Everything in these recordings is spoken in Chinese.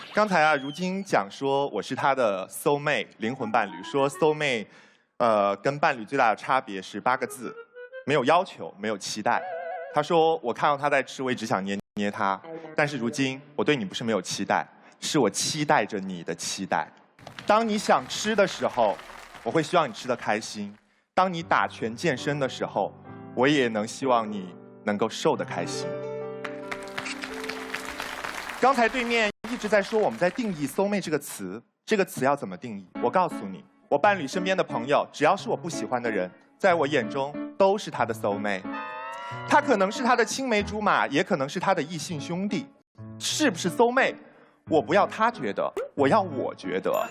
刚才啊，如今讲说我是他的 soul mate 灵魂伴侣，说 soul mate，跟伴侣最大的差别是8个字：没有要求，没有期待。他说我看到他在吃，我也只想捏捏他。但是如今我对你不是没有期待，是我期待着你的期待。当你想吃的时候，我会希望你吃得开心；当你打拳健身的时候，我也能希望你能够瘦得开心。刚才对面一直在说我们在定义 soul mate 这个词，这个词要怎么定义？我告诉你，我伴侣身边的朋友，只要是我不喜欢的人，在我眼中都是他的 soul mate。他可能是他的青梅竹马，也可能是他的异性兄弟，是不是 soul mate？我不要他觉得，我要我觉得。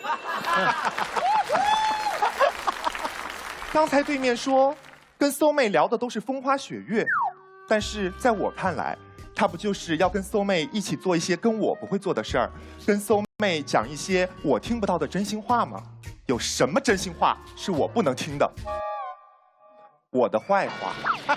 刚才对面说跟 soul mate 聊的都是风花雪月，但是在我看来，他不就是要跟 soul mate 一起做一些跟我不会做的事儿，跟 soul mate 讲一些我听不到的真心话吗？有什么真心话是我不能听的？我的坏话。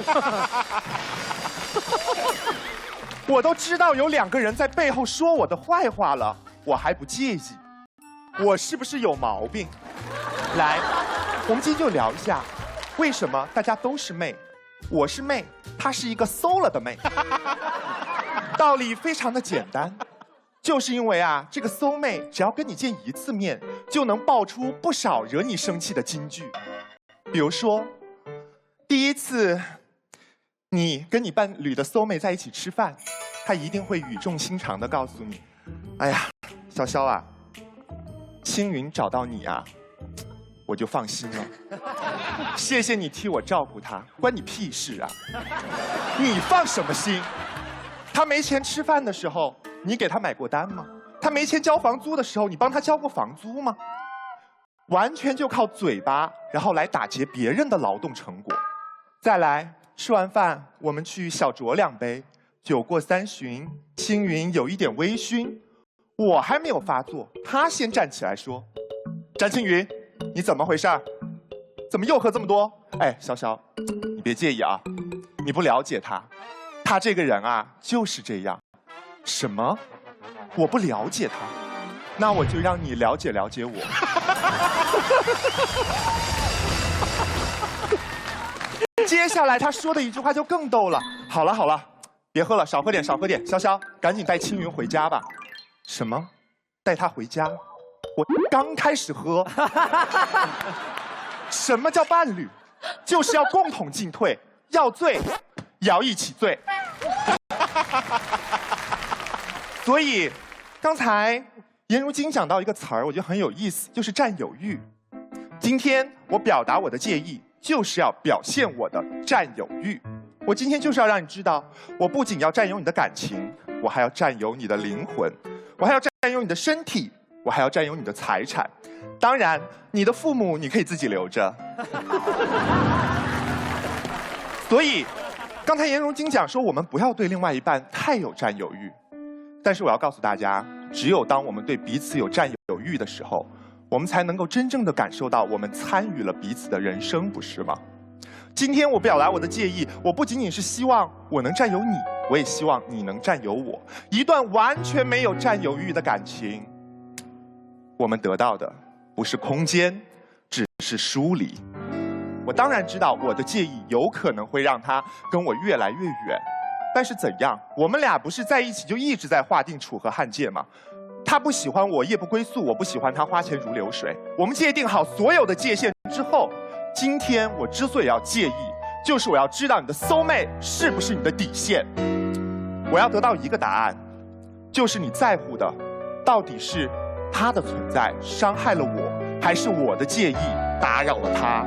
我都知道有2个人在背后说我的坏话了，我还不介意，我是不是有毛病？来，我们今天就聊一下，为什么大家都是妹，我是妹，她是一个馊了的妹。道理非常的简单，就是因为啊，这个馊妹只要跟你见1次面，就能爆出不少惹你生气的金句。比如说，第1次你跟你伴侣的 soul mate 在一起吃饭，他一定会语重心长地告诉你：“哎呀，潇潇啊，青云找到你啊，我就放心了。谢谢你替我照顾他，关你屁事啊！你放什么心？他没钱吃饭的时候，你给他买过单吗？他没钱交房租的时候，你帮他交过房租吗？完全就靠嘴巴，然后来打劫别人的劳动成果。再来。”吃完饭，我们去小酌2杯，酒过3巡，青云有一点微醺，我还没有发作，他先站起来说：“詹青云，你怎么回事？怎么又喝这么多？”哎，潇潇，你别介意啊，你不了解他，他这个人啊就是这样。什么？我不了解他？那我就让你了解了解我。接下来他说的一句话就更逗了。好了好了，别喝了，少喝点少喝点。潇潇，赶紧带青云回家吧。什么？带他回家？我刚开始喝。什么叫伴侣？就是要共同进退，要醉也要一起醉。所以，刚才颜如晶讲到一个词儿，我觉得很有意思，就是占有欲。今天我表达我的介意。就是要表现我的占有欲，我今天就是要让你知道，我不仅要占有你的感情，我还要占有你的灵魂，我还要占有你的身体，我还要占有你的财产。当然，你的父母你可以自己留着。所以，刚才颜如晶讲说，我们不要对另外一半太有占有欲，但是我要告诉大家，只有当我们对彼此有占有欲的时候，我们才能够真正的感受到我们参与了彼此的人生，不是吗？今天我表达我的介意，我不仅仅是希望我能占有你，我也希望你能占有我。一段完全没有占有欲的感情，我们得到的不是空间，只是疏离。我当然知道我的介意有可能会让他跟我越来越远，但是怎样？我们俩不是在一起就一直在划定楚河汉界吗？他不喜欢我夜不归宿，我不喜欢他花钱如流水。我们界定好所有的界限之后，今天我之所以要介意，就是我要知道你的 soul mate 是不是你的底线。我要得到一个答案，就是你在乎的到底是他的存在伤害了我，还是我的介意打扰了他。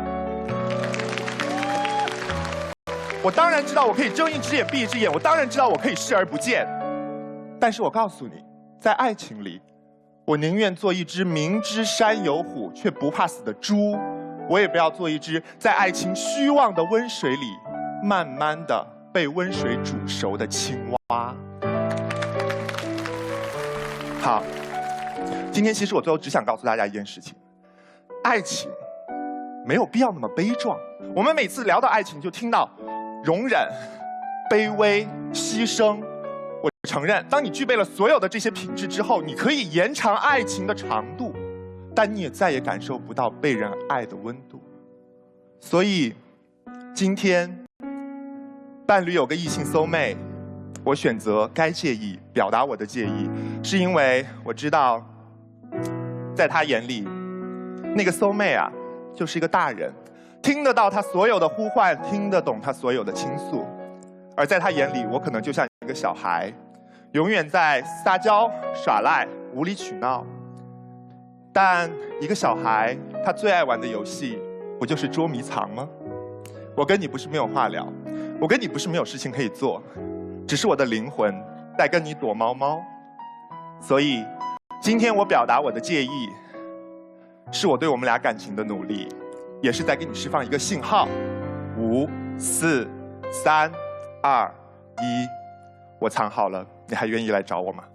我当然知道我可以睁一只眼闭一只眼，我当然知道我可以视而不见，但是我告诉你，在爱情里，我宁愿做一只明知山有虎却不怕死的猪，我也不要做一只在爱情虚妄的温水里慢慢的被温水煮熟的青蛙。好，今天其实我最后只想告诉大家一件事情，爱情没有必要那么悲壮。我们每次聊到爱情就听到容忍、卑微、牺牲，我承认，当你具备了所有的这些品质之后，你可以延长爱情的长度，但你也再也感受不到被人爱的温度。所以，今天伴侣有个异性soul mate，我选择该介意，表达我的介意，是因为我知道，在他眼里，那个soul mate啊，就是一个大人，听得到他所有的呼唤，听得懂他所有的倾诉，而在他眼里，我可能就像一个小孩。永远在撒娇、耍赖、无理取闹，但一个小孩他最爱玩的游戏，不就是捉迷藏吗？我跟你不是没有话聊，我跟你不是没有事情可以做，只是我的灵魂在跟你躲猫猫。所以，今天我表达我的介意，是我对我们俩感情的努力，也是在给你释放一个信号。5、4、3、2、1，我藏好了。你还愿意来找我吗？